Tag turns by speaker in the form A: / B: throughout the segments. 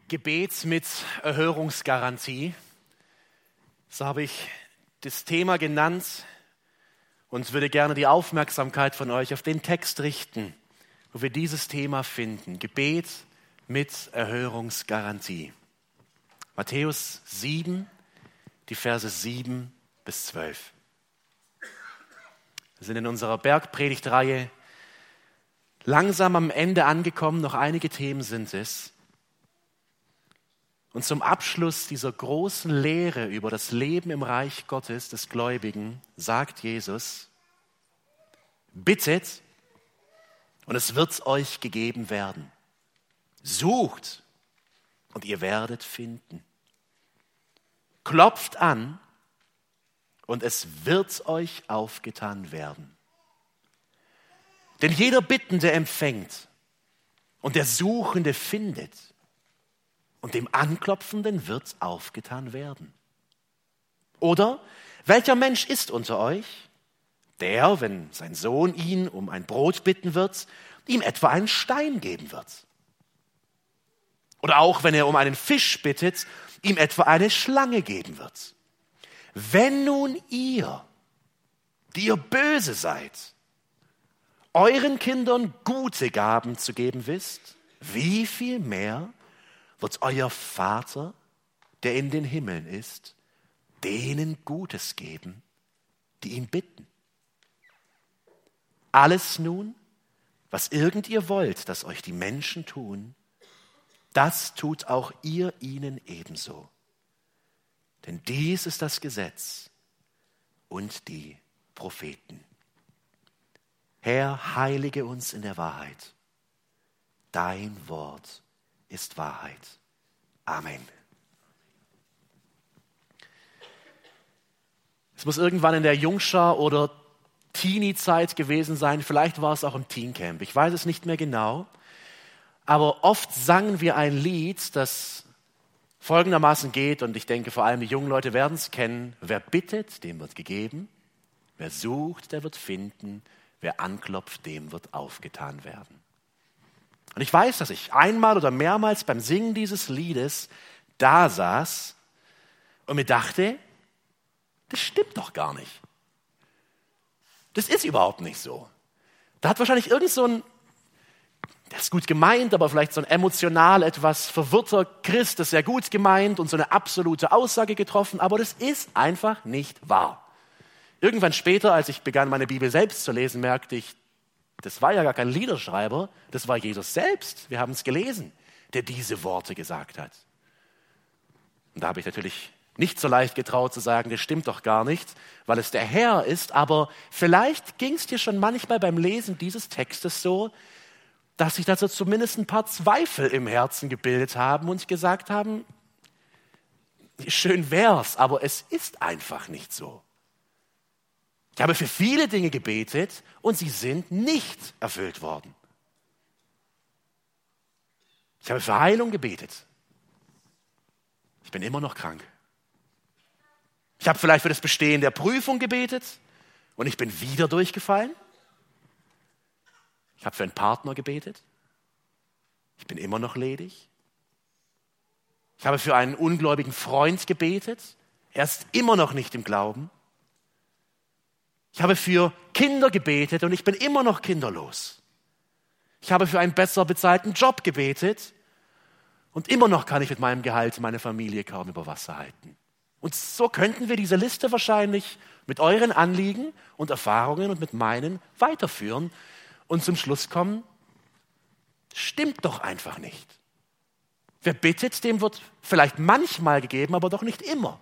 A: Gebet mit Erhörungsgarantie. So habe ich das Thema genannt und würde gerne die Aufmerksamkeit von euch auf den Text richten, wo wir dieses Thema finden. Gebet mit Erhörungsgarantie. Matthäus 7, die Verse 7 bis 12. Wir sind in unserer Bergpredigtreihe langsam am Ende angekommen. Noch einige Themen sind es. Und zum Abschluss dieser großen Lehre über das Leben im Reich Gottes des Gläubigen sagt Jesus: Bittet und es wird euch gegeben werden. Sucht und ihr werdet finden. Klopft an und es wird euch aufgetan werden. Denn jeder Bittende empfängt und der Suchende findet. Und dem Anklopfenden wird aufgetan werden. Oder, welcher Mensch ist unter euch, der, wenn sein Sohn ihn um ein Brot bitten wird, ihm etwa einen Stein geben wird? Oder auch, wenn er um einen Fisch bittet, ihm etwa eine Schlange geben wird? Wenn nun ihr, die ihr böse seid, euren Kindern gute Gaben zu geben wisst, wie viel mehr wird euer Vater, der in den Himmeln ist, denen Gutes geben, die ihn bitten. Alles nun, was irgend ihr wollt, dass euch die Menschen tun, das tut auch ihr ihnen ebenso. Denn dies ist das Gesetz und die Propheten. Herr, heilige uns in der Wahrheit. Dein Wort ist Wahrheit. Amen. Es muss irgendwann in der Jungschar- oder Teenie-Zeit gewesen sein. Vielleicht war es auch im Teencamp. Ich weiß es nicht mehr genau. Aber oft sangen wir ein Lied, das folgendermaßen geht, und ich denke, vor allem die jungen Leute werden es kennen: Wer bittet, dem wird gegeben. Wer sucht, der wird finden. Wer anklopft, dem wird aufgetan werden. Und ich weiß, dass ich einmal oder mehrmals beim Singen dieses Liedes da saß und mir dachte, das stimmt doch gar nicht. Das ist überhaupt nicht so. Da hat wahrscheinlich irgend so ein, das ist gut gemeint, aber vielleicht so ein emotional etwas verwirrter Christ, das sehr gut gemeint und so eine absolute Aussage getroffen, aber das ist einfach nicht wahr. Irgendwann später, als ich begann, meine Bibel selbst zu lesen, merkte ich, das war ja gar kein Liederschreiber, das war Jesus selbst, wir haben es gelesen, der diese Worte gesagt hat. Und da habe ich natürlich nicht so leicht getraut zu sagen, das stimmt doch gar nicht, weil es der Herr ist, aber vielleicht ging es dir schon manchmal beim Lesen dieses Textes so, dass sich dazu zumindest ein paar Zweifel im Herzen gebildet haben und gesagt haben, schön wär's, aber es ist einfach nicht so. Ich habe für viele Dinge gebetet und sie sind nicht erfüllt worden. Ich habe für Heilung gebetet. Ich bin immer noch krank. Ich habe vielleicht für das Bestehen der Prüfung gebetet und ich bin wieder durchgefallen. Ich habe für einen Partner gebetet. Ich bin immer noch ledig. Ich habe für einen ungläubigen Freund gebetet. Er ist immer noch nicht im Glauben. Ich habe für Kinder gebetet und ich bin immer noch kinderlos. Ich habe für einen besser bezahlten Job gebetet und immer noch kann ich mit meinem Gehalt meine Familie kaum über Wasser halten. Und so könnten wir diese Liste wahrscheinlich mit euren Anliegen und Erfahrungen und mit meinen weiterführen und zum Schluss kommen, stimmt doch einfach nicht. Wer bittet, dem wird vielleicht manchmal gegeben, aber doch nicht immer.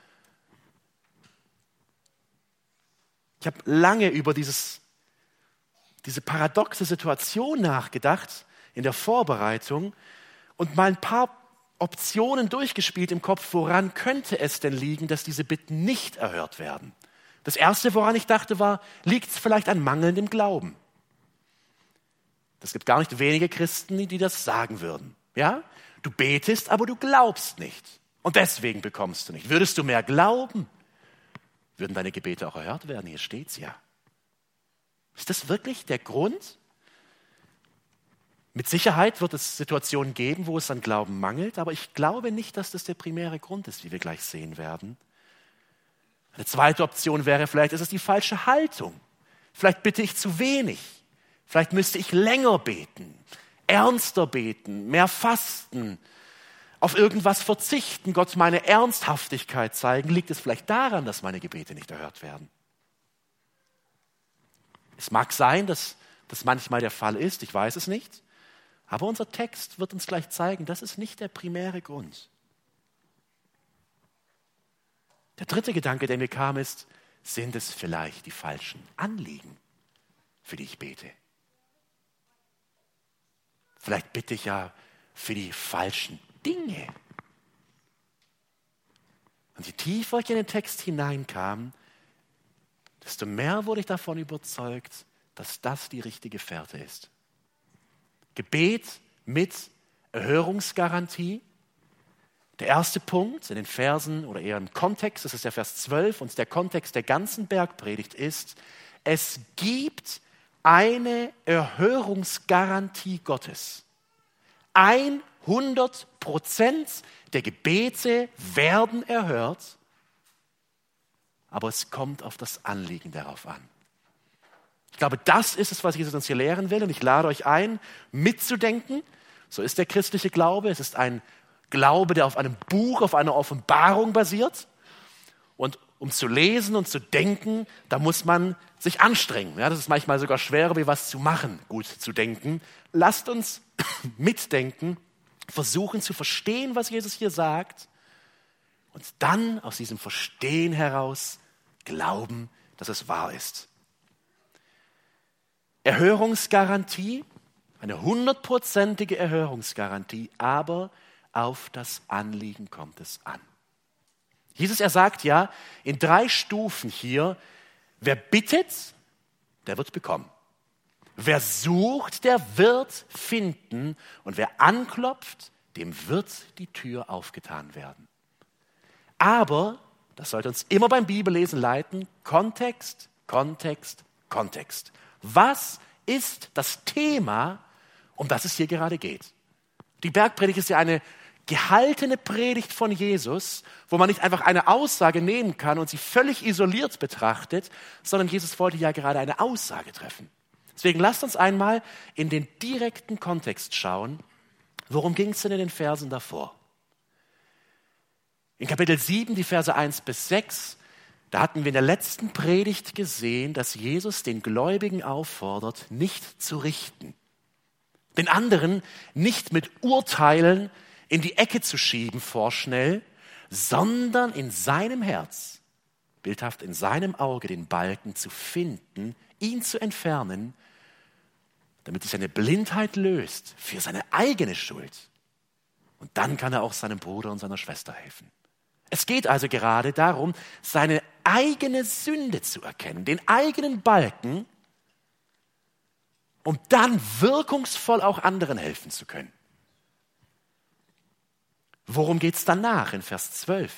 A: Ich habe lange über diese paradoxe Situation nachgedacht in der Vorbereitung und mal ein paar Optionen durchgespielt im Kopf, woran könnte es denn liegen, dass diese Bitten nicht erhört werden. Das Erste, woran ich dachte, war, liegt es vielleicht an mangelndem Glauben? Es gibt gar nicht wenige Christen, die das sagen würden. Ja? Du betest, aber du glaubst nicht. Und deswegen bekommst du nicht. Würdest du mehr glauben, würden deine Gebete auch erhört werden. Hier steht's ja. Ist das wirklich der Grund? Mit Sicherheit wird es Situationen geben, wo es an Glauben mangelt, aber ich glaube nicht, dass das der primäre Grund ist, wie wir gleich sehen werden. Eine zweite Option wäre, vielleicht ist es die falsche Haltung. Vielleicht bitte ich zu wenig. Vielleicht müsste ich länger beten, ernster beten, mehr fasten, auf irgendwas verzichten, Gott meine Ernsthaftigkeit zeigen. Liegt es vielleicht daran, dass meine Gebete nicht erhört werden? Es mag sein, dass das manchmal der Fall ist, ich weiß es nicht. Aber unser Text wird uns gleich zeigen, das ist nicht der primäre Grund. Der dritte Gedanke, der mir kam, ist, sind es vielleicht die falschen Anliegen, für die ich bete? Vielleicht bitte ich ja für die falschen Dinge. Und je tiefer ich in den Text hineinkam, desto mehr wurde ich davon überzeugt, dass das die richtige Fährte ist. Gebet mit Erhörungsgarantie. Der erste Punkt in den Versen oder eher im Kontext, das ist der Vers 12 und der Kontext der ganzen Bergpredigt ist, es gibt eine Erhörungsgarantie Gottes. 100% der Gebete werden erhört, aber es kommt auf das Anliegen darauf an. Ich glaube, das ist es, was Jesus uns hier lehren will und ich lade euch ein, mitzudenken. So ist der christliche Glaube. Es ist ein Glaube, der auf einem Buch, auf einer Offenbarung basiert. Und um zu lesen und zu denken, da muss man sich anstrengen. Ja, das ist manchmal sogar schwerer, wie was zu machen, gut zu denken. Lasst uns mitdenken, versuchen zu verstehen, was Jesus hier sagt und dann aus diesem Verstehen heraus glauben, dass es wahr ist. Erhörungsgarantie, eine 100%ige Erhörungsgarantie, aber auf das Anliegen kommt es an. Jesus, er sagt ja in 3 Stufen hier, wer bittet, der wird bekommen. Wer sucht, der wird finden. Und wer anklopft, dem wird die Tür aufgetan werden. Aber, das sollte uns immer beim Bibellesen leiten, Kontext, Kontext, Kontext. Was ist das Thema, um das es hier gerade geht? Die Bergpredigt ist ja eine gehaltene Predigt von Jesus, wo man nicht einfach eine Aussage nehmen kann und sie völlig isoliert betrachtet, sondern Jesus wollte ja gerade eine Aussage treffen. Deswegen lasst uns einmal in den direkten Kontext schauen. Worum ging es denn in den Versen davor? In Kapitel 7, die Verse 1 bis 6, da hatten wir in der letzten Predigt gesehen, dass Jesus den Gläubigen auffordert, nicht zu richten, den anderen nicht mit Urteilen in die Ecke zu schieben vorschnell, sondern in seinem Herz, bildhaft in seinem Auge, den Balken zu finden, ihn zu entfernen, damit sich seine Blindheit löst für seine eigene Schuld. Und dann kann er auch seinem Bruder und seiner Schwester helfen. Es geht also gerade darum, seine eigene Sünde zu erkennen, den eigenen Balken, um dann wirkungsvoll auch anderen helfen zu können. Worum geht es danach in Vers 12?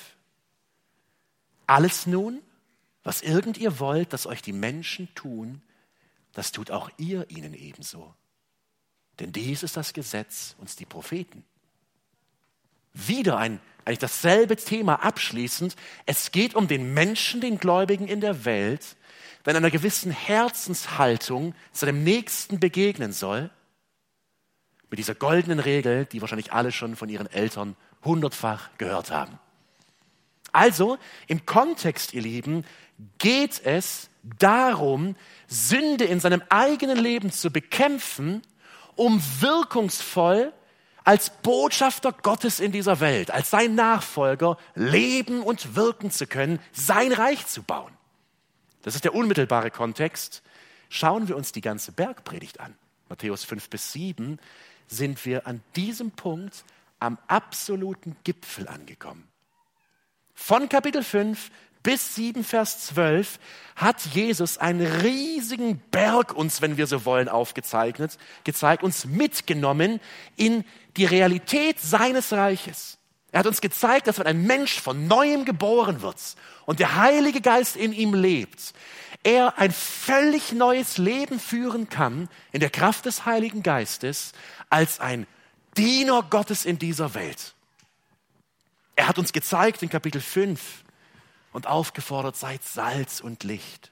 A: Alles nun, was irgend ihr wollt, dass euch die Menschen tun, das tut auch ihr ihnen ebenso. Denn dies ist das Gesetz und die Propheten. Wieder eigentlich dasselbe Thema abschließend. Es geht um den Menschen, den Gläubigen in der Welt, der in einer gewissen Herzenshaltung seinem Nächsten begegnen soll. Mit dieser goldenen Regel, die wahrscheinlich alle schon von ihren Eltern 100-fach gehört haben. Also, im Kontext, ihr Lieben, geht es darum, Sünde in seinem eigenen Leben zu bekämpfen, um wirkungsvoll als Botschafter Gottes in dieser Welt, als sein Nachfolger leben und wirken zu können, sein Reich zu bauen. Das ist der unmittelbare Kontext. Schauen wir uns die ganze Bergpredigt an. Matthäus 5 bis 7 sind wir an diesem Punkt am absoluten Gipfel angekommen. Von Kapitel 5 bis 7, Vers 12 hat Jesus einen riesigen Berg uns, wenn wir so wollen, gezeigt, uns mitgenommen in die Realität seines Reiches. Er hat uns gezeigt, dass wenn ein Mensch von Neuem geboren wird und der Heilige Geist in ihm lebt, er ein völlig neues Leben führen kann in der Kraft des Heiligen Geistes als ein Diener Gottes in dieser Welt. Er hat uns gezeigt in Kapitel 5 und aufgefordert, seid Salz und Licht.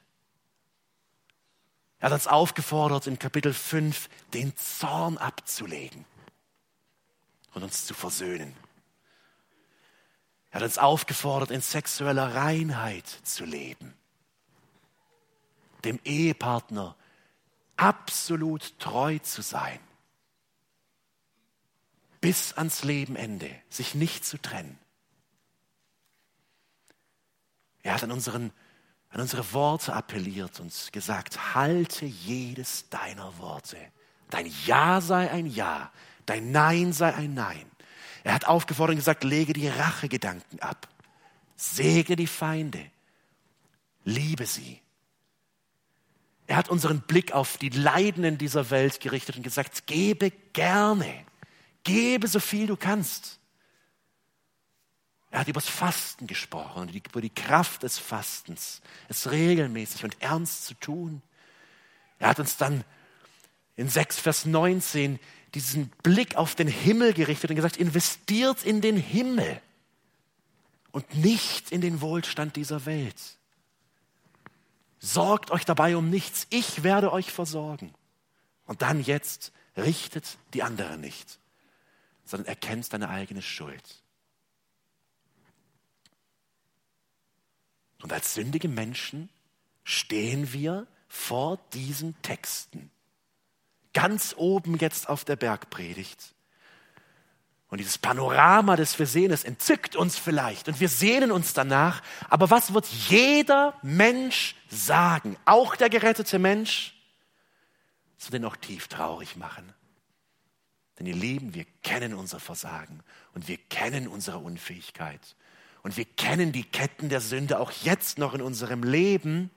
A: Er hat uns aufgefordert, in Kapitel 5 den Zorn abzulegen und uns zu versöhnen. Er hat uns aufgefordert, in sexueller Reinheit zu leben, dem Ehepartner absolut treu zu sein, bis ans Lebenende, sich nicht zu trennen. Er hat an unsere Worte appelliert und gesagt, halte jedes deiner Worte. Dein Ja sei ein Ja, dein Nein sei ein Nein. Er hat aufgefordert und gesagt, lege die Rachegedanken ab, segne die Feinde, liebe sie. Er hat unseren Blick auf die Leidenden dieser Welt gerichtet und gesagt, gebe gerne, gebe so viel du kannst. Er hat über das Fasten gesprochen und über die Kraft des Fastens, es regelmäßig und ernst zu tun. Er hat uns dann in 6 Vers 19 diesen Blick auf den Himmel gerichtet und gesagt, investiert in den Himmel und nicht in den Wohlstand dieser Welt. Sorgt euch dabei um nichts, ich werde euch versorgen. Und dann jetzt, richtet die anderen nicht, sondern erkennt deine eigene Schuld. Und als sündige Menschen stehen wir vor diesen Texten. Ganz oben jetzt auf der Bergpredigt. Und dieses Panorama, das wir sehen, das entzückt uns vielleicht und wir sehnen uns danach. Aber was wird jeder Mensch sagen? Auch der gerettete Mensch? Das wird ihn auch tief traurig machen. Denn ihr Lieben, wir kennen unser Versagen und wir kennen unsere Unfähigkeit. Und wir kennen die Ketten der Sünde auch jetzt noch in unserem Leben.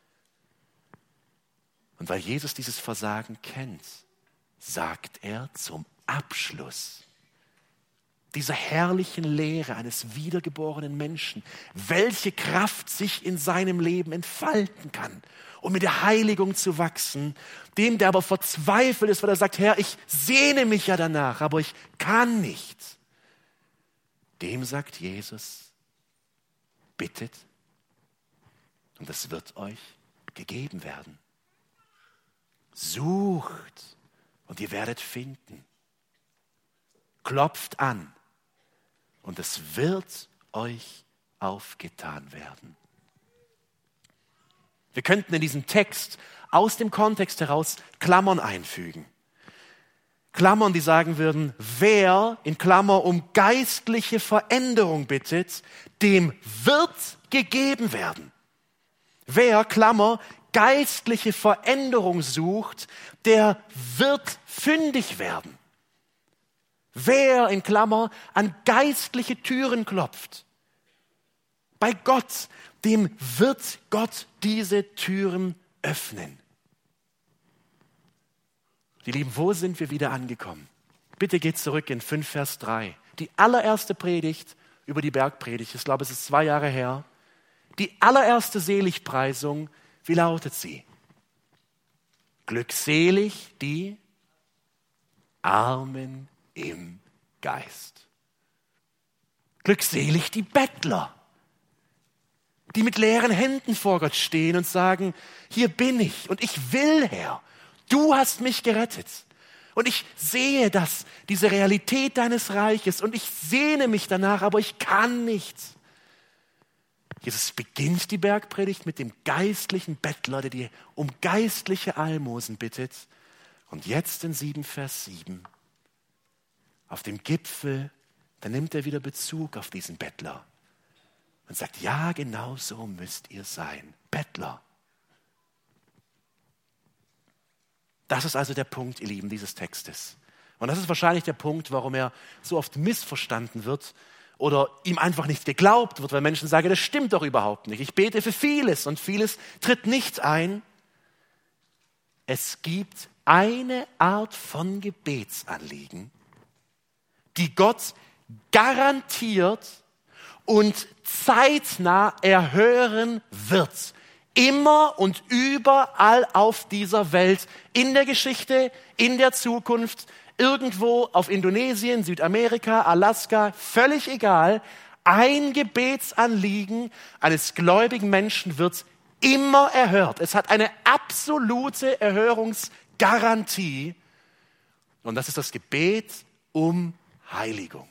A: Und weil Jesus dieses Versagen kennt, sagt er zum Abschluss dieser herrlichen Lehre eines wiedergeborenen Menschen, welche Kraft sich in seinem Leben entfalten kann, um mit der Heiligung zu wachsen, dem, der aber verzweifelt ist, weil er sagt, Herr, ich sehne mich ja danach, aber ich kann nicht. Dem sagt Jesus, bittet und es wird euch gegeben werden. Sucht und ihr werdet finden. Klopft an und es wird euch aufgetan werden. Wir könnten in diesen Text aus dem Kontext heraus Klammern einfügen. Klammern, die sagen würden, wer in Klammer um geistliche Veränderung bittet, dem wird gegeben werden. Wer, Klammer, geistliche Veränderung sucht, der wird fündig werden. Wer, in Klammer, an geistliche Türen klopft, bei Gott, dem wird Gott diese Türen öffnen. Die Lieben, wo sind wir wieder angekommen? Bitte geht zurück in 5 Vers 3. Die allererste Predigt über die Bergpredigt, ich glaube, es ist 2 Jahre her. Die allererste Seligpreisung, wie lautet sie? Glückselig die Armen im Geist. Glückselig die Bettler, die mit leeren Händen vor Gott stehen und sagen, hier bin ich und ich will, Herr, du hast mich gerettet. Und ich sehe das, diese Realität deines Reiches und ich sehne mich danach, aber ich kann nicht. Jesus beginnt die Bergpredigt mit dem geistlichen Bettler, der dir um geistliche Almosen bittet. Und jetzt in 7 Vers 7, auf dem Gipfel, da nimmt er wieder Bezug auf diesen Bettler und sagt, ja, genau so müsst ihr sein, Bettler. Das ist also der Punkt, ihr Lieben, dieses Textes. Und das ist wahrscheinlich der Punkt, warum er so oft missverstanden wird oder ihm einfach nicht geglaubt wird, weil Menschen sagen, das stimmt doch überhaupt nicht. Ich bete für vieles und vieles tritt nicht ein. Es gibt eine Art von Gebetsanliegen, die Gott garantiert und zeitnah erhören wird. Immer und überall auf dieser Welt, in der Geschichte, in der Zukunft, irgendwo auf Indonesien, Südamerika, Alaska, völlig egal. Ein Gebetsanliegen eines gläubigen Menschen wird immer erhört. Es hat eine absolute Erhörungsgarantie. Und das ist das Gebet um Heiligung.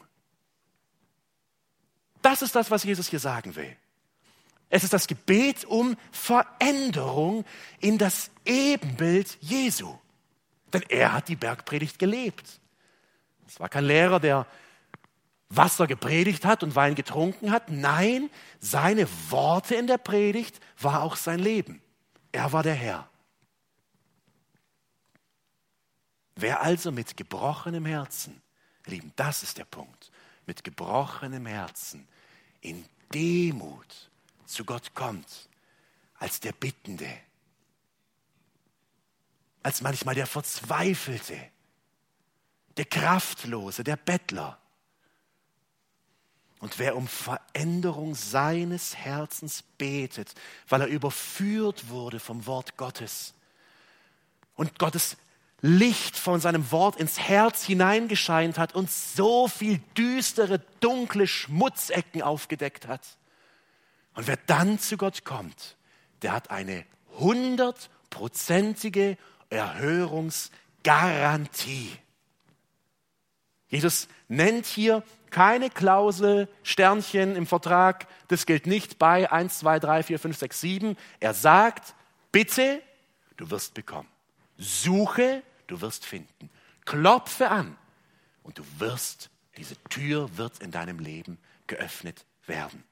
A: Das ist das, was Jesus hier sagen will. Es ist das Gebet um Veränderung in das Ebenbild Jesu. Denn er hat die Bergpredigt gelebt. Es war kein Lehrer, der Wasser gepredigt hat und Wein getrunken hat. Nein, seine Worte in der Predigt war auch sein Leben. Er war der Herr. Wer also mit gebrochenem Herzen, ihr Lieben, das ist der Punkt, mit gebrochenem Herzen in Demut zu Gott kommt, als der Bittende, als manchmal der Verzweifelte, der Kraftlose, der Bettler. Und wer um Veränderung seines Herzens betet, weil er überführt wurde vom Wort Gottes und Gottes Licht von seinem Wort ins Herz hineingescheint hat und so viel düstere, dunkle Schmutzecken aufgedeckt hat. Und wer dann zu Gott kommt, der hat eine 100-prozentige Erhörungsgarantie. Jesus nennt hier keine Klausel, Sternchen im Vertrag, das gilt nicht bei 1, 2, 3, 4, 5, 6, 7. Er sagt, bitte, du wirst bekommen. Suche, du wirst finden. Klopfe an und diese Tür wird in deinem Leben geöffnet werden.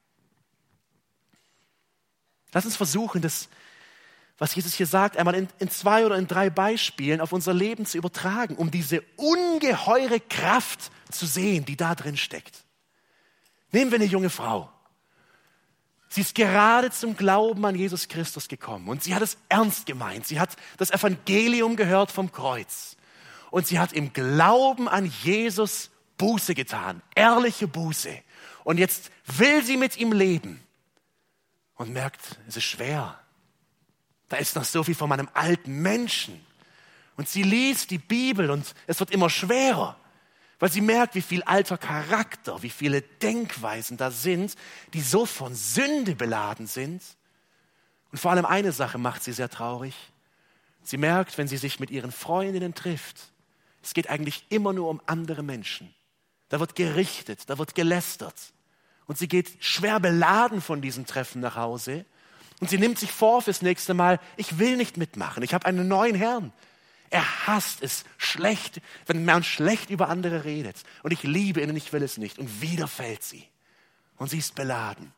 A: Lass uns versuchen, das, was Jesus hier sagt, einmal in 2 oder in 3 Beispielen auf unser Leben zu übertragen, um diese ungeheure Kraft zu sehen, die da drin steckt. Nehmen wir eine junge Frau. Sie ist gerade zum Glauben an Jesus Christus gekommen und sie hat es ernst gemeint. Sie hat das Evangelium gehört vom Kreuz und sie hat im Glauben an Jesus Buße getan, ehrliche Buße. Und jetzt will sie mit ihm leben und merkt, es ist schwer. Da ist noch so viel von meinem alten Menschen. Und sie liest die Bibel und es wird immer schwerer, weil sie merkt, wie viel alter Charakter, wie viele Denkweisen da sind, die so von Sünde beladen sind. Und vor allem eine Sache macht sie sehr traurig. Sie merkt, wenn sie sich mit ihren Freundinnen trifft, es geht eigentlich immer nur um andere Menschen. Da wird gerichtet, da wird gelästert. Und sie geht schwer beladen von diesen Treffen nach Hause. Und sie nimmt sich vor fürs nächste Mal, ich will nicht mitmachen, ich habe einen neuen Herrn. Er hasst es schlecht, wenn man schlecht über andere redet. Und ich liebe ihn und ich will es nicht. Und wieder fällt sie. Und sie ist beladen.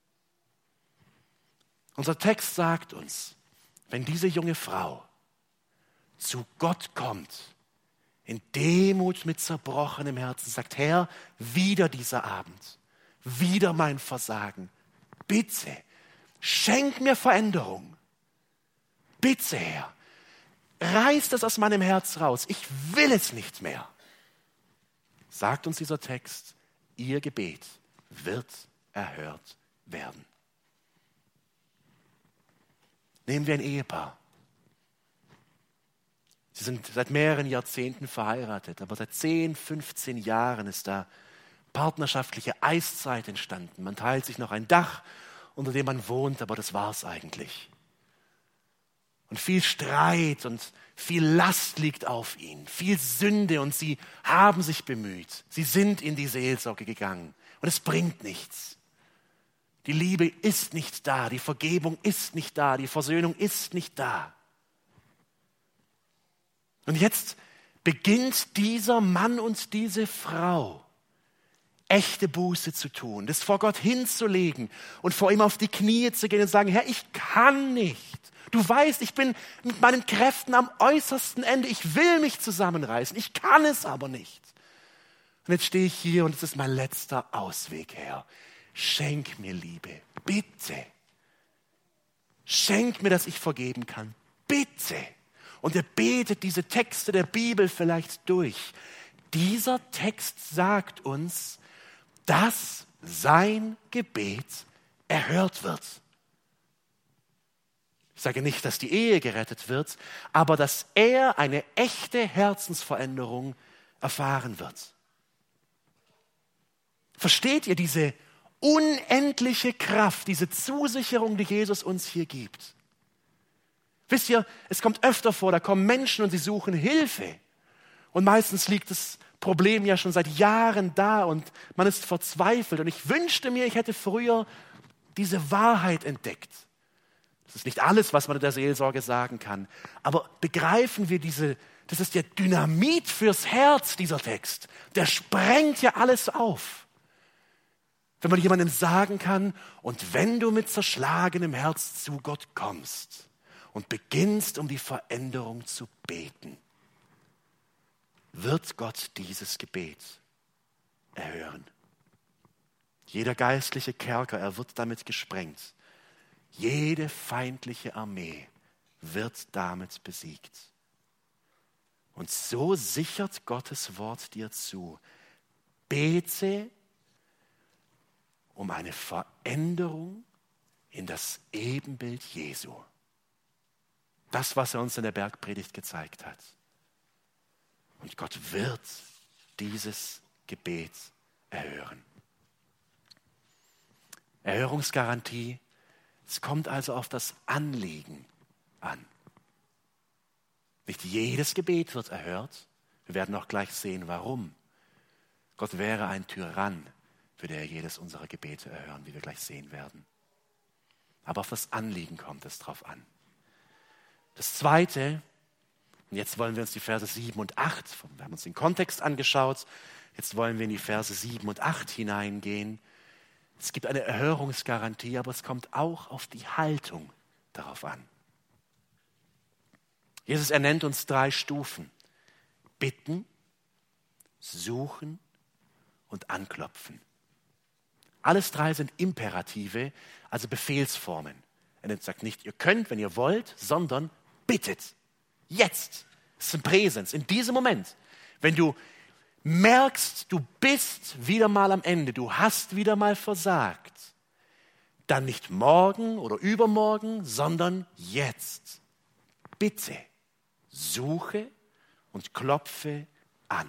A: Unser Text sagt uns, wenn diese junge Frau zu Gott kommt, in Demut mit zerbrochenem Herzen, sagt, Herr, wieder dieser Abend, wieder mein Versagen. Bitte, schenk mir Veränderung. Bitte, Herr. Reiß das aus meinem Herz raus. Ich will es nicht mehr. Sagt uns dieser Text, ihr Gebet wird erhört werden. Nehmen wir ein Ehepaar. Sie sind seit mehreren Jahrzehnten verheiratet, aber seit 10, 15 Jahren ist da partnerschaftliche Eiszeit entstanden. Man teilt sich noch ein Dach, unter dem man wohnt, aber das war's eigentlich. Und viel Streit und viel Last liegt auf ihnen, viel Sünde und sie haben sich bemüht. Sie sind in die Seelsorge gegangen und es bringt nichts. Die Liebe ist nicht da, die Vergebung ist nicht da, die Versöhnung ist nicht da. Und jetzt beginnt dieser Mann und diese Frau echte Buße zu tun, das vor Gott hinzulegen und vor ihm auf die Knie zu gehen und sagen, Herr, ich kann nicht. Du weißt, ich bin mit meinen Kräften am äußersten Ende. Ich will mich zusammenreißen. Ich kann es aber nicht. Und jetzt stehe ich hier und es ist mein letzter Ausweg, Herr. Schenk mir Liebe. Bitte. Schenk mir, dass ich vergeben kann. Bitte. Und er betet diese Texte der Bibel vielleicht durch. Dieser Text sagt uns, dass sein Gebet erhört wird. Ich sage nicht, dass die Ehe gerettet wird, aber dass er eine echte Herzensveränderung erfahren wird. Versteht ihr diese unendliche Kraft, diese Zusicherung, die Jesus uns hier gibt? Wisst ihr, es kommt öfter vor, da kommen Menschen und sie suchen Hilfe. Und meistens liegt das Problem ja schon seit Jahren da und man ist verzweifelt. Und ich wünschte mir, ich hätte früher diese Wahrheit entdeckt. Das ist nicht alles, was man in der Seelsorge sagen kann. Aber begreifen wir das ist ja Dynamit fürs Herz, dieser Text. Der sprengt ja alles auf. Wenn man jemandem sagen kann, und wenn du mit zerschlagenem Herz zu Gott kommst und beginnst, um die Veränderung zu beten, wird Gott dieses Gebet erhören. Jeder geistliche Kerker, er wird damit gesprengt. Jede feindliche Armee wird damit besiegt. Und so sichert Gottes Wort dir zu. Bete um eine Veränderung in das Ebenbild Jesu. Das, was er uns in der Bergpredigt gezeigt hat. Und Gott wird dieses Gebet erhören. Erhörungsgarantie. Es kommt also auf das Anliegen an. Nicht jedes Gebet wird erhört. Wir werden auch gleich sehen, warum. Gott wäre ein Tyrann, würde er jedes unserer Gebete erhören, wie wir gleich sehen werden. Aber auf das Anliegen kommt es drauf an. Das Zweite, und jetzt wollen wir uns die Verse 7 und 8, wir haben uns den Kontext angeschaut, jetzt wollen wir in die Verse 7 und 8 hineingehen. Es gibt eine Erhörungsgarantie, aber es kommt auch auf die Haltung darauf an. Jesus, er nennt uns 3 Stufen. Bitten, suchen und anklopfen. Alles 3 sind Imperative, also Befehlsformen. Er sagt nicht, ihr könnt, wenn ihr wollt, sondern bittet. Jetzt. Das ist ein Präsens, in diesem Moment. Wenn du merkst, du bist wieder mal am Ende, du hast wieder mal versagt, dann nicht morgen oder übermorgen, sondern jetzt. Bitte, suche und klopfe an.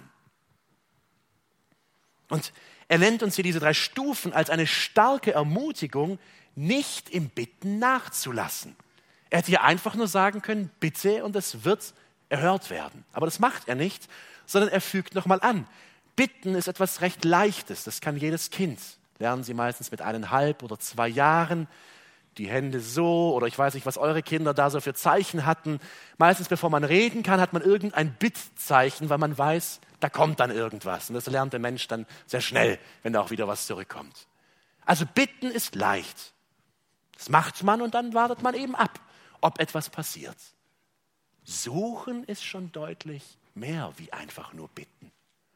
A: Und er nennt uns hier diese 3 Stufen als eine starke Ermutigung, nicht im Bitten nachzulassen. Er hätte hier einfach nur sagen können, bitte, und es wird erhört werden. Aber das macht er nicht, sondern er fügt nochmal an. Bitten ist etwas recht Leichtes, das kann jedes Kind. Lernen Sie meistens mit 1,5 oder 2 Jahren. Die Hände so, oder ich weiß nicht, was eure Kinder da so für Zeichen hatten. Meistens, bevor man reden kann, hat man irgendein Bittzeichen, weil man weiß, da kommt dann irgendwas. Und das lernt der Mensch dann sehr schnell, wenn da auch wieder was zurückkommt. Also bitten ist leicht. Das macht man und dann wartet man eben ab, ob etwas passiert. Suchen ist schon deutlich mehr wie einfach nur bitten.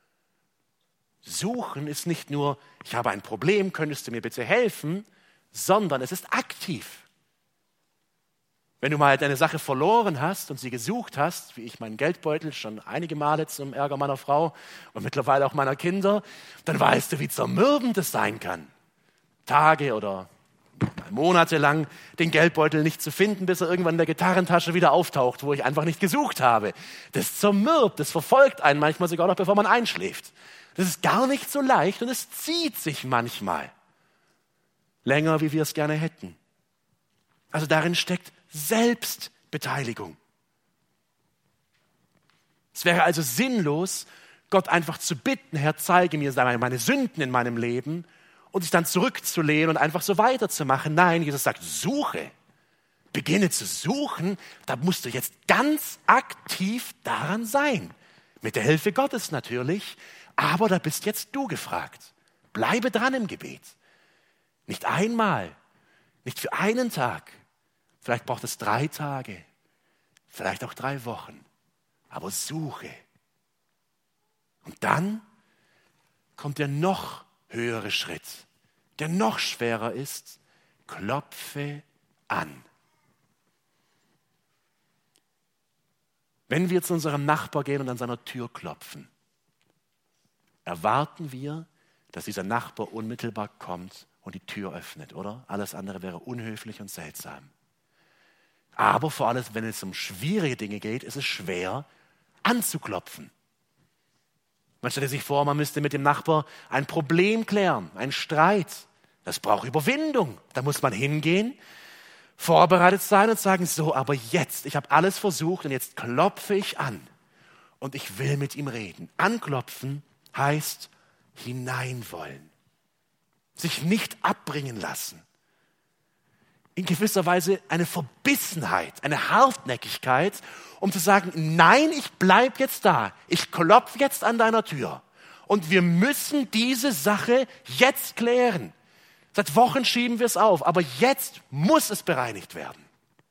A: Suchen ist nicht nur, ich habe ein Problem, könntest du mir bitte helfen, sondern es ist aktiv. Wenn du mal deine Sache verloren hast und sie gesucht hast, wie ich meinen Geldbeutel schon einige Male zum Ärger meiner Frau und mittlerweile auch meiner Kinder, dann weißt du, wie zermürbend es sein kann. Tage oder Monate lang den Geldbeutel nicht zu finden, bis er irgendwann in der Gitarrentasche wieder auftaucht, wo ich einfach nicht gesucht habe. Das zermürbt, das verfolgt einen manchmal sogar noch, bevor man einschläft. Das ist gar nicht so leicht und es zieht sich manchmal länger, wie wir es gerne hätten. Also darin steckt Selbstbeteiligung. Es wäre also sinnlos, Gott einfach zu bitten, Herr, zeige mir meine Sünden in meinem Leben und sich dann zurückzulehnen und einfach so weiterzumachen. Nein, Jesus sagt, suche. Beginne zu suchen, da musst du jetzt ganz aktiv daran sein. Mit der Hilfe Gottes natürlich, aber da bist jetzt du gefragt. Bleibe dran im Gebet. Nicht einmal, nicht für einen Tag. Vielleicht braucht es 3 Tage, vielleicht auch 3 Wochen. Aber suche. Und dann kommt der noch höhere Schritt, der noch schwerer ist. Klopfe an. Wenn wir zu unserem Nachbar gehen und an seiner Tür klopfen, erwarten wir, dass dieser Nachbar unmittelbar kommt und die Tür öffnet, oder? Alles andere wäre unhöflich und seltsam. Aber vor allem, wenn es um schwierige Dinge geht, ist es schwer anzuklopfen. Man stellt sich vor, man müsste mit dem Nachbar ein Problem klären, einen Streit. Das braucht Überwindung. Da muss man hingehen, vorbereitet sein und sagen, so, aber jetzt, ich habe alles versucht und jetzt klopfe ich an und ich will mit ihm reden. Anklopfen heißt hineinwollen, sich nicht abbringen lassen. In gewisser Weise eine Verbissenheit, eine Hartnäckigkeit, um zu sagen, nein, ich bleib jetzt da, ich klopfe jetzt an deiner Tür und wir müssen diese Sache jetzt klären. Seit Wochen schieben wir es auf, aber jetzt muss es bereinigt werden.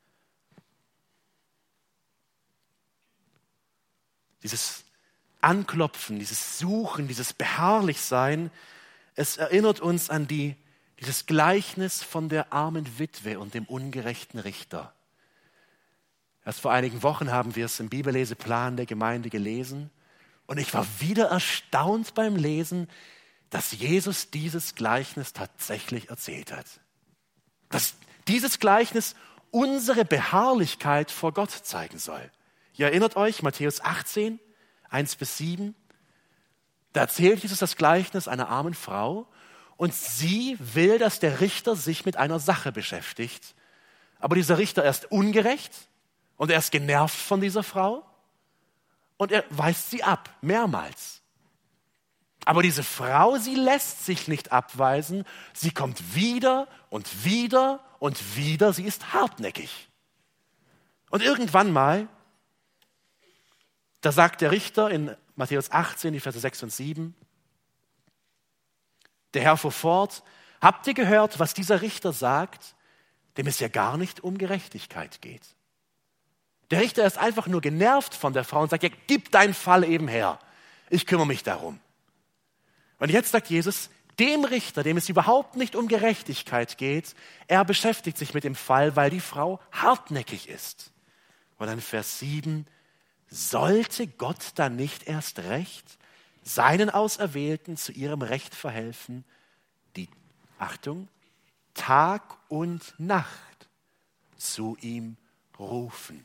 A: Dieses Anklopfen, dieses Suchen, dieses Beharrlichsein, es erinnert uns an dieses Gleichnis von der armen Witwe und dem ungerechten Richter. Erst vor einigen Wochen haben wir es im Bibelleseplan der Gemeinde gelesen und ich war wieder erstaunt beim Lesen, dass Jesus dieses Gleichnis tatsächlich erzählt hat. Dass dieses Gleichnis unsere Beharrlichkeit vor Gott zeigen soll. Ihr erinnert euch, Matthäus 18, 1-7, da erzählt Jesus das Gleichnis einer armen Frau und sie will, dass der Richter sich mit einer Sache beschäftigt. Aber dieser Richter ist ungerecht und er ist genervt von dieser Frau und er weist sie ab, mehrmals. Aber diese Frau, sie lässt sich nicht abweisen. Sie kommt wieder und wieder und wieder. Sie ist hartnäckig. Und irgendwann mal, da sagt der Richter in Matthäus 18, die Verse 6 und 7, der Herr fuhr fort, habt ihr gehört, was dieser Richter sagt, dem es ja gar nicht um Gerechtigkeit geht. Der Richter ist einfach nur genervt von der Frau und sagt, ja, gib deinen Fall eben her. Ich kümmere mich darum. Und jetzt sagt Jesus, dem Richter, dem es überhaupt nicht um Gerechtigkeit geht, er beschäftigt sich mit dem Fall, weil die Frau hartnäckig ist. Und dann Vers 7, sollte Gott dann nicht erst recht seinen Auserwählten zu ihrem Recht verhelfen, die, Achtung, Tag und Nacht zu ihm rufen?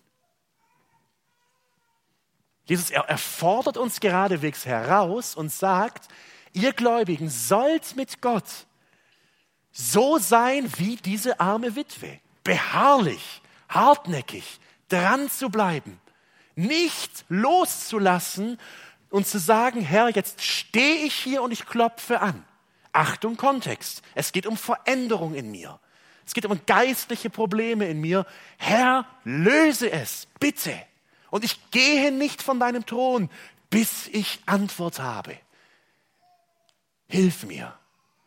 A: Jesus, er fordert uns geradewegs heraus und sagt, ihr Gläubigen sollt mit Gott so sein wie diese arme Witwe. Beharrlich, hartnäckig, dran zu bleiben. Nicht loszulassen und zu sagen, Herr, jetzt stehe ich hier und ich klopfe an. Achtung, Kontext. Es geht um Veränderung in mir. Es geht um geistliche Probleme in mir. Herr, löse es, bitte. Und ich gehe nicht von deinem Thron, bis ich Antwort habe. Hilf mir.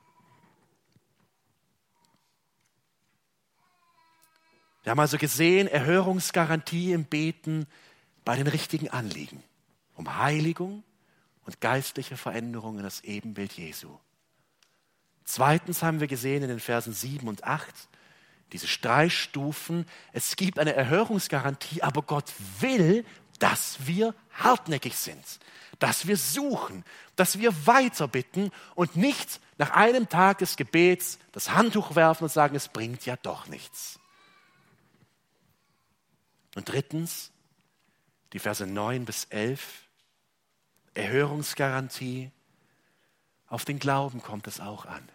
A: Wir haben also gesehen, Erhörungsgarantie im Beten bei den richtigen Anliegen. Um Heiligung und geistliche Veränderung in das Ebenbild Jesu. Zweitens haben wir gesehen in den Versen 7 und 8, diese Streichstufen. Es gibt eine Erhörungsgarantie, aber Gott will, dass wir hartnäckig sind, dass wir suchen, dass wir weiter bitten und nicht nach einem Tag des Gebets das Handtuch werfen und sagen, es bringt ja doch nichts. Und drittens, die Verse 9-11, Erhörungsgarantie, auf den Glauben kommt es auch an.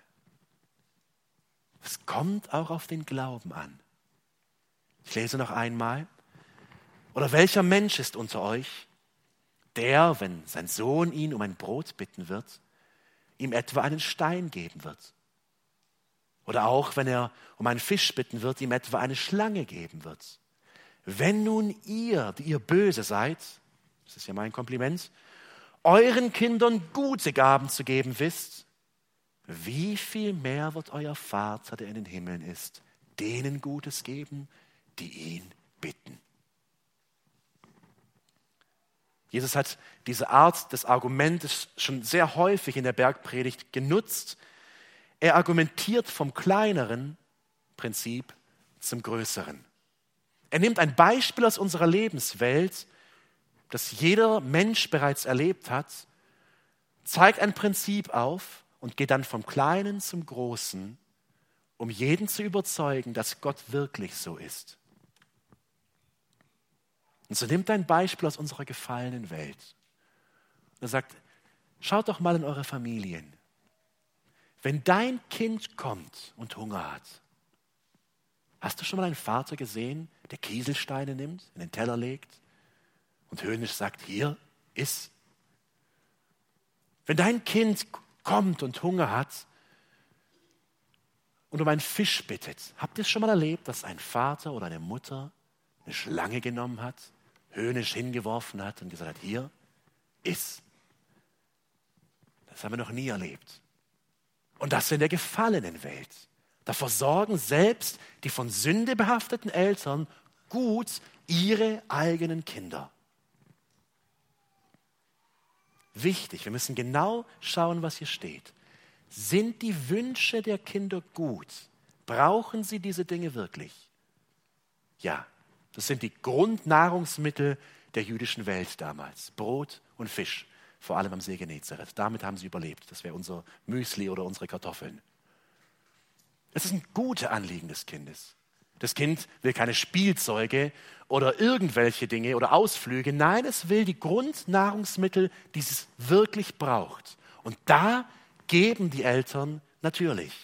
A: Es kommt auch auf den Glauben an. Ich lese noch einmal. Oder welcher Mensch ist unter euch, der, wenn sein Sohn ihn um ein Brot bitten wird, ihm etwa einen Stein geben wird? Oder auch, wenn er um einen Fisch bitten wird, ihm etwa eine Schlange geben wird? Wenn nun ihr, die ihr böse seid, das ist ja mein Kompliment, euren Kindern gute Gaben zu geben wisst, wie viel mehr wird euer Vater, der in den Himmeln ist, denen Gutes geben, die ihn bitten? Jesus hat diese Art des Argumentes schon sehr häufig in der Bergpredigt genutzt. Er argumentiert vom kleineren Prinzip zum größeren. Er nimmt ein Beispiel aus unserer Lebenswelt, das jeder Mensch bereits erlebt hat, zeigt ein Prinzip auf und geh dann vom Kleinen zum Großen, um jeden zu überzeugen, dass Gott wirklich so ist. Und so nimmt ein Beispiel aus unserer gefallenen Welt. Und er sagt, schaut doch mal in eure Familien. Wenn dein Kind kommt und Hunger hat, hast du schon mal einen Vater gesehen, der Kieselsteine nimmt, in den Teller legt und höhnisch sagt, hier, iss? Wenn dein Kind kommt und Hunger hat und um einen Fisch bittet, habt ihr es schon mal erlebt, dass ein Vater oder eine Mutter eine Schlange genommen hat, höhnisch hingeworfen hat und gesagt hat, hier, iss? Das haben wir noch nie erlebt. Und das in der gefallenen Welt. Da versorgen selbst die von Sünde behafteten Eltern gut ihre eigenen Kinder. Wichtig, wir müssen genau schauen, was hier steht. Sind die Wünsche der Kinder gut? Brauchen sie diese Dinge wirklich? Ja, das sind die Grundnahrungsmittel der jüdischen Welt damals. Brot und Fisch, vor allem am See Genezareth. Damit haben sie überlebt. Das wäre unser Müsli oder unsere Kartoffeln. Es ist ein gutes Anliegen des Kindes. Das Kind will keine Spielzeuge oder irgendwelche Dinge oder Ausflüge. Nein, es will die Grundnahrungsmittel, die es wirklich braucht. Und da geben die Eltern natürlich.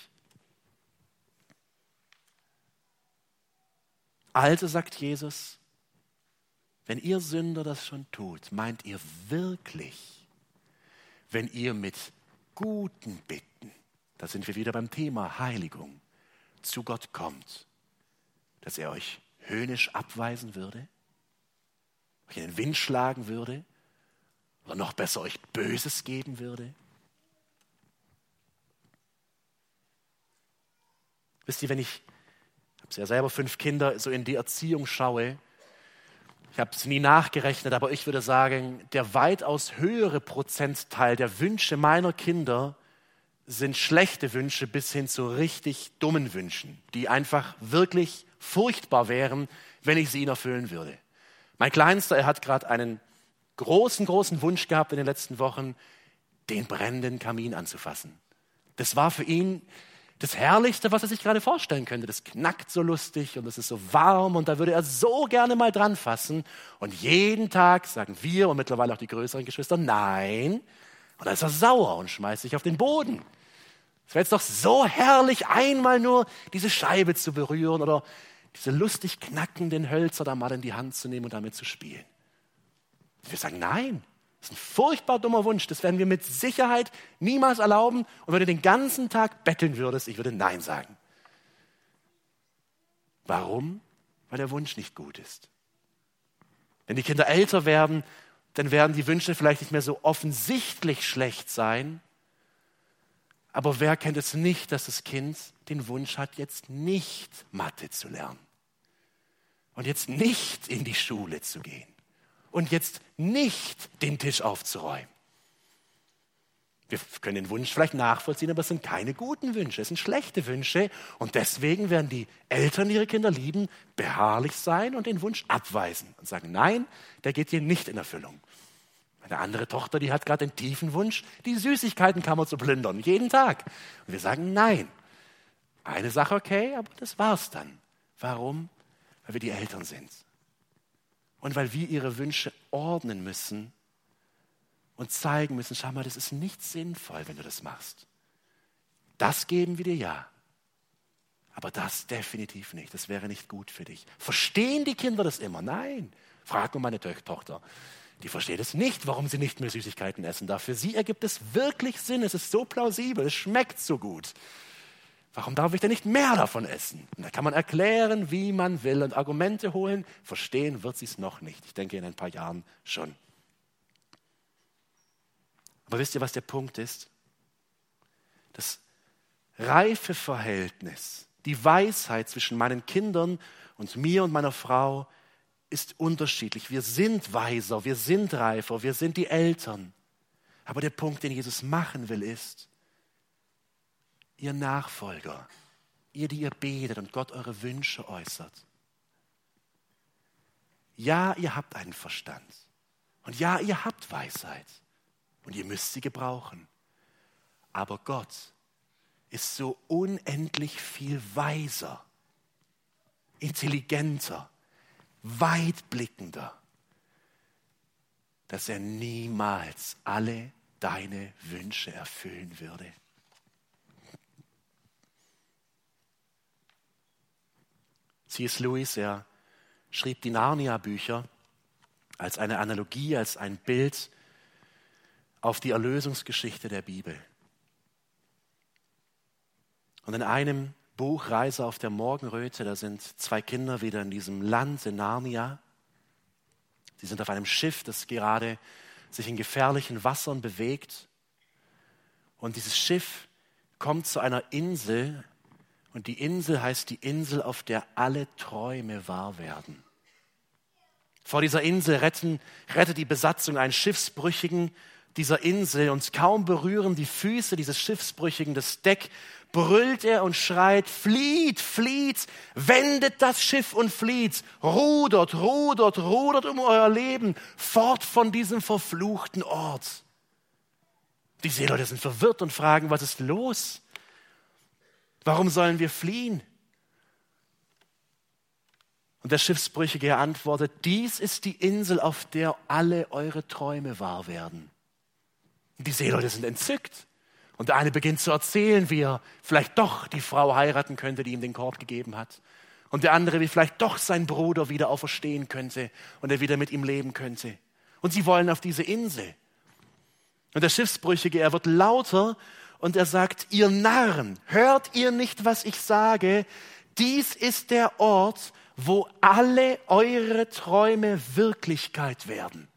A: Also sagt Jesus, wenn ihr Sünder das schon tut, meint ihr wirklich, wenn ihr mit guten Bitten, da sind wir wieder beim Thema Heiligung, zu Gott kommt, dass er euch höhnisch abweisen würde, euch in den Wind schlagen würde oder noch besser euch Böses geben würde? Wisst ihr, ich habe ja selber 5 Kinder, so in die Erziehung schaue, ich habe es nie nachgerechnet, aber ich würde sagen, der weitaus höhere Prozentteil der Wünsche meiner Kinder sind schlechte Wünsche bis hin zu richtig dummen Wünschen, die einfach wirklich furchtbar wären, wenn ich sie ihnen erfüllen würde. Mein Kleinster, er hat gerade einen großen Wunsch gehabt in den letzten Wochen, den brennenden Kamin anzufassen. Das war für ihn das Herrlichste, was er sich gerade vorstellen könnte. Das knackt so lustig und es ist so warm und da würde er so gerne mal dran fassen. Und jeden Tag sagen wir und mittlerweile auch die größeren Geschwister, nein. Und dann ist er sauer und schmeißt sich auf den Boden. Es wäre jetzt doch so herrlich, einmal nur diese Scheibe zu berühren oder diese lustig knackenden Hölzer da mal in die Hand zu nehmen und damit zu spielen. Wir sagen, nein, das ist ein furchtbar dummer Wunsch. Das werden wir mit Sicherheit niemals erlauben. Und wenn du den ganzen Tag betteln würdest, ich würde Nein sagen. Warum? Weil der Wunsch nicht gut ist. Wenn die Kinder älter werden, dann werden die Wünsche vielleicht nicht mehr so offensichtlich schlecht sein. Aber wer kennt es nicht, dass das Kind den Wunsch hat, jetzt nicht Mathe zu lernen und jetzt nicht in die Schule zu gehen und jetzt nicht den Tisch aufzuräumen? Wir können den Wunsch vielleicht nachvollziehen, aber es sind keine guten Wünsche, es sind schlechte Wünsche. Und deswegen werden die Eltern, die ihre Kinder lieben, beharrlich sein und den Wunsch abweisen und sagen, nein, der geht hier nicht in Erfüllung. Eine andere Tochter, die hat gerade den tiefen Wunsch, die Süßigkeitenkammer zu plündern, jeden Tag. Und wir sagen, nein. Eine Sache okay, aber das war's dann. Warum? Weil wir die Eltern sind. Und weil wir ihre Wünsche ordnen müssen und zeigen müssen, schau mal, das ist nicht sinnvoll, wenn du das machst. Das geben wir dir ja. Aber das definitiv nicht. Das wäre nicht gut für dich. Verstehen die Kinder das immer? Nein. Frag mal meine Tochter. Die versteht es nicht, warum sie nicht mehr Süßigkeiten essen darf. Für sie ergibt es wirklich Sinn. Es ist so plausibel. Es schmeckt so gut. Warum darf ich denn nicht mehr davon essen? Und da kann man erklären, wie man will und Argumente holen. Verstehen wird sie es noch nicht. Ich denke in ein paar Jahren schon. Aber wisst ihr, was der Punkt ist? Das reife Verhältnis, die Weisheit zwischen meinen Kindern und mir und meiner Frau ist unterschiedlich. Wir sind weiser, wir sind reifer, wir sind die Eltern. Aber der Punkt, den Jesus machen will, ist, ihr Nachfolger, ihr, die ihr betet und Gott eure Wünsche äußert. Ja, ihr habt einen Verstand. Und ja, ihr habt Weisheit. Und ihr müsst sie gebrauchen. Aber Gott ist so unendlich viel weiser, intelligenter, weitblickender, dass er niemals alle deine Wünsche erfüllen würde. C.S. Lewis, er schrieb die Narnia-Bücher als eine Analogie, als ein Bild auf die Erlösungsgeschichte der Bibel. Und in einem Buch, Reise auf der Morgenröte, da sind zwei Kinder wieder in diesem Land in Narnia. Sie sind auf einem Schiff, das gerade sich in gefährlichen Wassern bewegt. Und dieses Schiff kommt zu einer Insel. Und die Insel heißt die Insel, auf der alle Träume wahr werden. Vor dieser Insel rettet die Besatzung einen Schiffsbrüchigen dieser Insel. Und kaum berühren die Füße dieses Schiffsbrüchigen das Deck, brüllt er und schreit: Flieht, flieht, wendet das Schiff und flieht, rudert, rudert, rudert um euer Leben, fort von diesem verfluchten Ort. Die Seeleute sind verwirrt und fragen: Was ist los? Warum sollen wir fliehen? Und der Schiffsbrüchige antwortet: Dies ist die Insel, auf der alle eure Träume wahr werden. Und die Seeleute sind entzückt. Und der eine beginnt zu erzählen, wie er vielleicht doch die Frau heiraten könnte, die ihm den Korb gegeben hat. Und der andere, wie vielleicht doch sein Bruder wieder auferstehen könnte und er wieder mit ihm leben könnte. Und sie wollen auf diese Insel. Und der Schiffsbrüchige, er wird lauter und er sagt: Ihr Narren, hört ihr nicht, was ich sage? Dies ist der Ort, wo alle eure Träume Wirklichkeit werden.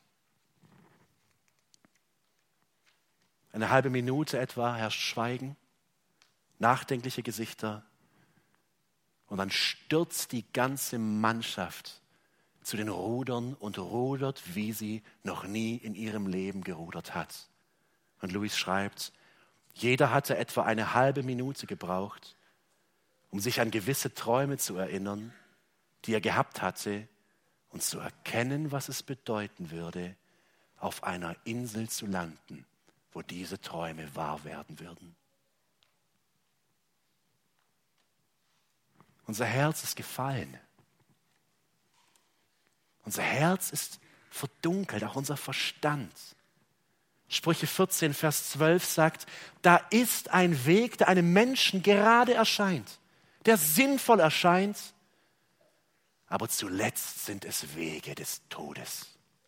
A: Eine halbe Minute etwa herrscht Schweigen, nachdenkliche Gesichter und dann stürzt die ganze Mannschaft zu den Rudern und rudert, wie sie noch nie in ihrem Leben gerudert hat. Und Lewis schreibt: Jeder hatte etwa eine halbe Minute gebraucht, um sich an gewisse Träume zu erinnern, die er gehabt hatte und zu erkennen, was es bedeuten würde, auf einer Insel zu landen, wo diese Träume wahr werden würden. Unser Herz ist gefallen. Unser Herz ist verdunkelt, auch unser Verstand. Sprüche 14, Vers 12 sagt: Da ist ein Weg, der einem Menschen gerade erscheint, der sinnvoll erscheint, aber zuletzt sind es Wege des Todes.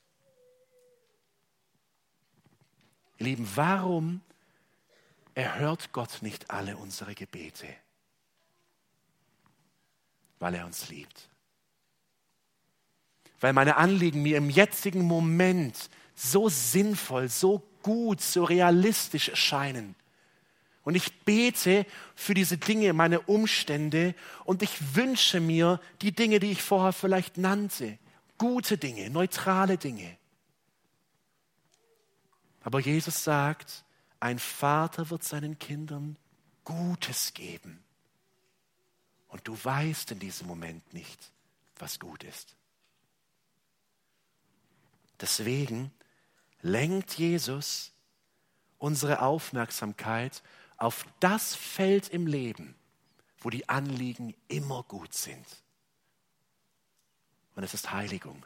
A: Ihr Lieben, warum erhört Gott nicht alle unsere Gebete? Weil er uns liebt. Weil meine Anliegen mir im jetzigen Moment so sinnvoll, so gut, so realistisch erscheinen. Und ich bete für diese Dinge, meine Umstände, und ich wünsche mir die Dinge, die ich vorher vielleicht nannte. Gute Dinge, neutrale Dinge. Aber Jesus sagt, ein Vater wird seinen Kindern Gutes geben. Und du weißt in diesem Moment nicht, was gut ist. Deswegen lenkt Jesus unsere Aufmerksamkeit auf das Feld im Leben, wo die Anliegen immer gut sind. Und es ist Heiligung.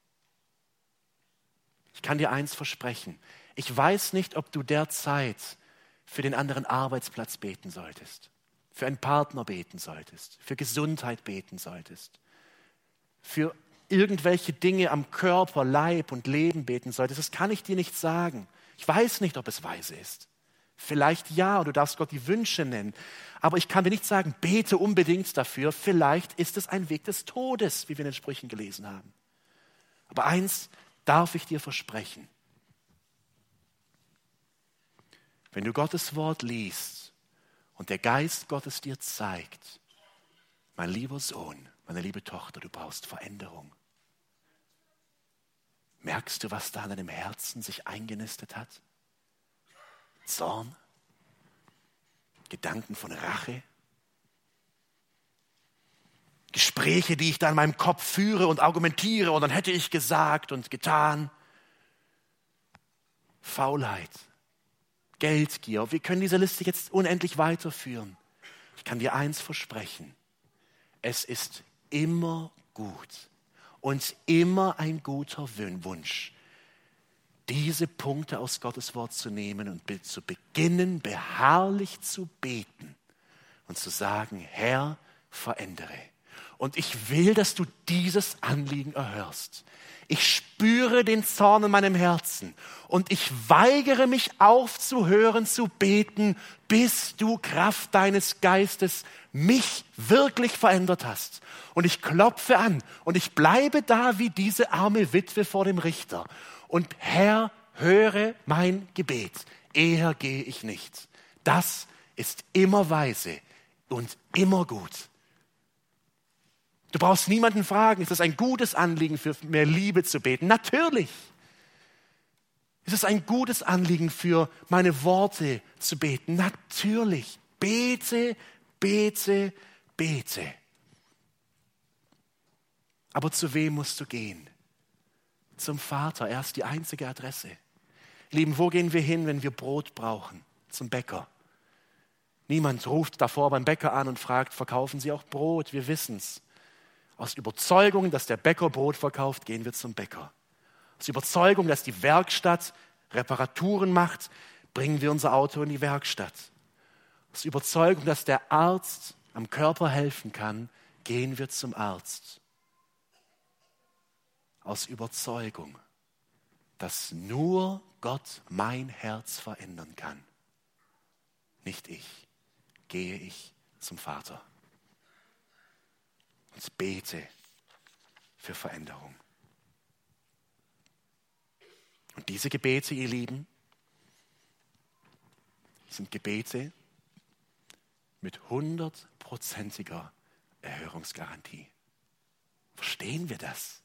A: Ich kann dir eins versprechen. Ich weiß nicht, ob du derzeit für den anderen Arbeitsplatz beten solltest, für einen Partner beten solltest, für Gesundheit beten solltest, für irgendwelche Dinge am Körper, Leib und Leben beten solltest. Das kann ich dir nicht sagen. Ich weiß nicht, ob es weise ist. Vielleicht ja, du darfst Gott die Wünsche nennen. Aber ich kann dir nicht sagen, bete unbedingt dafür. Vielleicht ist es ein Weg des Todes, wie wir in den Sprüchen gelesen haben. Aber eins darf ich dir versprechen. Wenn du Gottes Wort liest und der Geist Gottes dir zeigt, mein lieber Sohn, meine liebe Tochter, du brauchst Veränderung. Merkst du, was da in deinem Herzen sich eingenistet hat? Zorn? Gedanken von Rache? Gespräche, die ich da in meinem Kopf führe und argumentiere und dann hätte ich gesagt und getan. Faulheit, Geldgier. Wir können diese Liste jetzt unendlich weiterführen. Ich kann dir eins versprechen. Es ist immer gut und immer ein guter Wunsch, diese Punkte aus Gottes Wort zu nehmen und zu beginnen, beharrlich zu beten und zu sagen, Herr, verändere. Und ich will, dass du dieses Anliegen erhörst. Ich spüre den Zorn in meinem Herzen und ich weigere mich aufzuhören zu beten, bis du Kraft deines Geistes mich wirklich verändert hast. Und ich klopfe an und ich bleibe da wie diese arme Witwe vor dem Richter. Und Herr, höre mein Gebet, eher gehe ich nicht. Das ist immer weise und immer gut. Du brauchst niemanden fragen, ist es ein gutes Anliegen, für mehr Liebe zu beten? Natürlich. Ist es ein gutes Anliegen, für meine Worte zu beten? Natürlich. Bete, bete, bete. Aber zu wem musst du gehen? Zum Vater. Er ist die einzige Adresse. Lieben, wo gehen wir hin, wenn wir Brot brauchen? Zum Bäcker. Niemand ruft davor beim Bäcker an und fragt, verkaufen Sie auch Brot? Wir wissen's. Aus Überzeugung, dass der Bäcker Brot verkauft, gehen wir zum Bäcker. Aus Überzeugung, dass die Werkstatt Reparaturen macht, bringen wir unser Auto in die Werkstatt. Aus Überzeugung, dass der Arzt am Körper helfen kann, gehen wir zum Arzt. Aus Überzeugung, dass nur Gott mein Herz verändern kann. Nicht ich, gehe ich zum Vater. Und bete für Veränderung. Und diese Gebete, ihr Lieben, sind Gebete mit 100%iger Erhörungsgarantie. Verstehen wir das?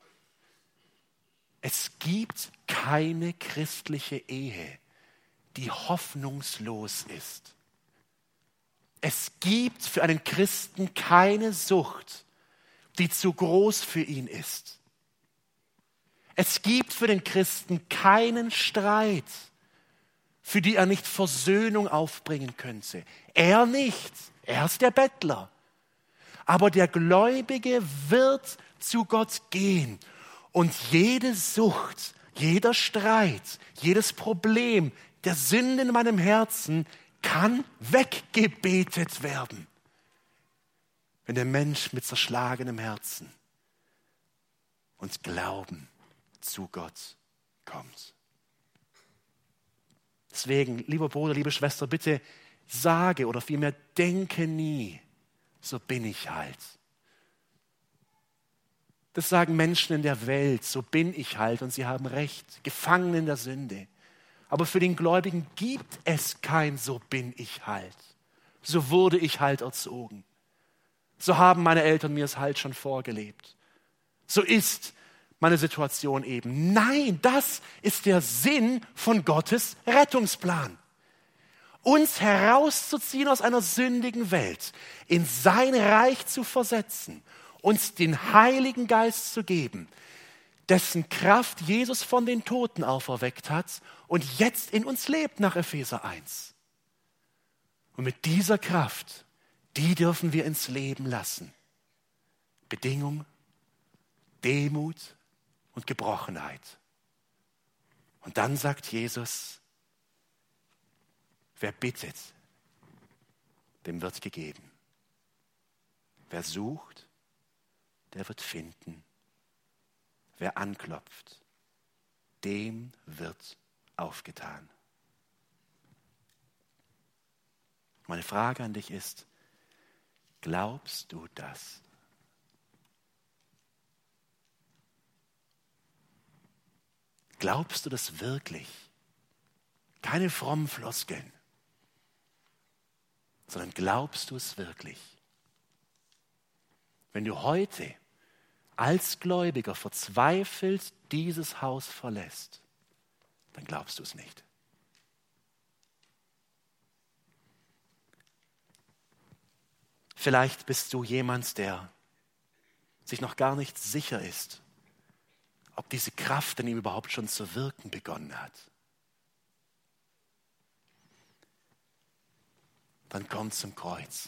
A: Es gibt keine christliche Ehe, die hoffnungslos ist. Es gibt für einen Christen keine Sucht, die zu groß für ihn ist. Es gibt für den Christen keinen Streit, für die er nicht Versöhnung aufbringen könnte. Er nicht, er ist der Bettler. Aber der Gläubige wird zu Gott gehen und jede Sucht, jeder Streit, jedes Problem der Sünde in meinem Herzen kann weggebetet werden, wenn der Mensch mit zerschlagenem Herzen und Glauben zu Gott kommt. Deswegen, lieber Bruder, liebe Schwester, bitte sage oder vielmehr denke nie, so bin ich halt. Das sagen Menschen in der Welt, so bin ich halt, und sie haben recht, gefangen in der Sünde. Aber für den Gläubigen gibt es kein so bin ich halt. So wurde ich halt erzogen. So haben meine Eltern mir es halt schon vorgelebt. So ist meine Situation eben. Nein, das ist der Sinn von Gottes Rettungsplan. Uns herauszuziehen aus einer sündigen Welt, in sein Reich zu versetzen, uns den Heiligen Geist zu geben, dessen Kraft Jesus von den Toten auferweckt hat und jetzt in uns lebt nach Epheser 1. Und mit dieser Kraft, die dürfen wir ins Leben lassen. Bedingung, Demut und Gebrochenheit. Und dann sagt Jesus, wer bittet, dem wird gegeben. Wer sucht, der wird finden. Wer anklopft, dem wird aufgetan. Meine Frage an dich ist, glaubst du das? Glaubst du das wirklich? Keine frommen Floskeln, sondern glaubst du es wirklich? Wenn du heute als Gläubiger verzweifelt dieses Haus verlässt, dann glaubst du es nicht. Vielleicht bist du jemand, der sich noch gar nicht sicher ist, ob diese Kraft in ihm überhaupt schon zu wirken begonnen hat. dann komm zum Kreuz.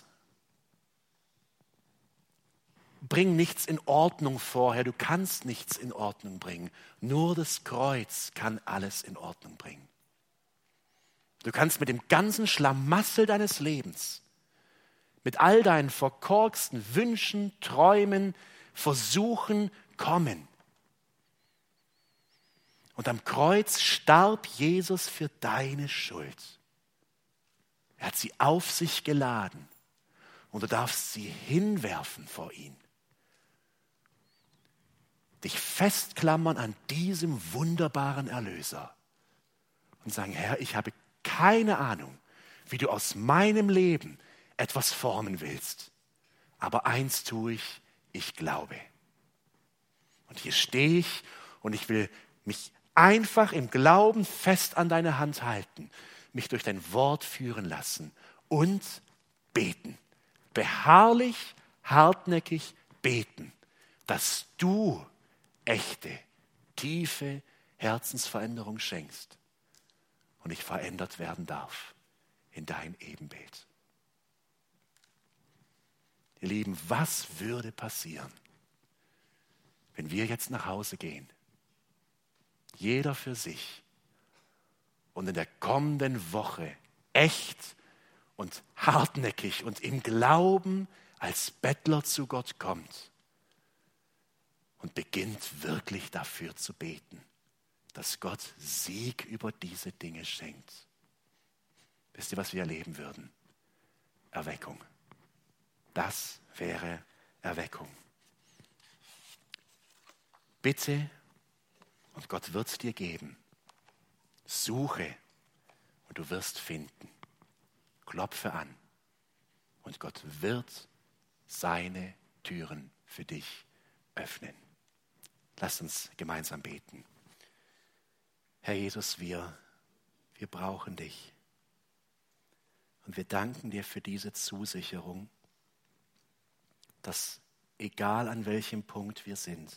A: Bring nichts in Ordnung vorher, du kannst nichts in Ordnung bringen. Nur das Kreuz kann alles in Ordnung bringen. Du kannst mit dem ganzen Schlamassel deines Lebens, mit all deinen verkorksten Wünschen, Träumen, Versuchen kommen. Und am Kreuz starb Jesus für deine Schuld. Er hat sie auf sich geladen und du darfst sie hinwerfen vor ihn. Dich festklammern an diesem wunderbaren Erlöser und sagen, Herr, ich habe keine Ahnung, wie du aus meinem Leben etwas formen willst. Aber eins tue ich, ich glaube. Und hier stehe ich und ich will mich einfach im Glauben fest an deine Hand halten, mich durch dein Wort führen lassen und beten. Beharrlich, hartnäckig beten, dass du echte, tiefe Herzensveränderung schenkst und ich verändert werden darf in dein Ebenbild. Ihr Lieben, was würde passieren, wenn wir jetzt nach Hause gehen, jeder für sich und in der kommenden Woche echt und hartnäckig und im Glauben als Bettler zu Gott kommt und beginnt wirklich dafür zu beten, dass Gott Sieg über diese Dinge schenkt. Wisst ihr, was wir erleben würden? Erweckung. Das wäre Erweckung. Bitte und Gott wird es dir geben. Suche und du wirst finden. Klopfe an und Gott wird seine Türen für dich öffnen. Lasst uns gemeinsam beten. Herr Jesus, wir brauchen dich. Und wir danken dir für diese Zusicherung, dass egal an welchem Punkt wir sind,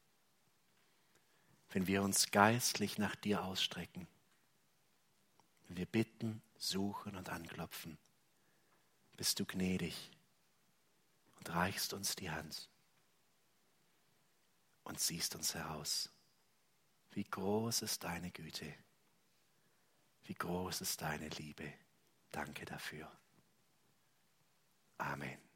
A: wenn wir uns geistlich nach dir ausstrecken, wenn wir bitten, suchen und anklopfen, bist du gnädig und reichst uns die Hand und ziehst uns heraus. Wie groß ist deine Güte, wie groß ist deine Liebe. Danke dafür. Amen.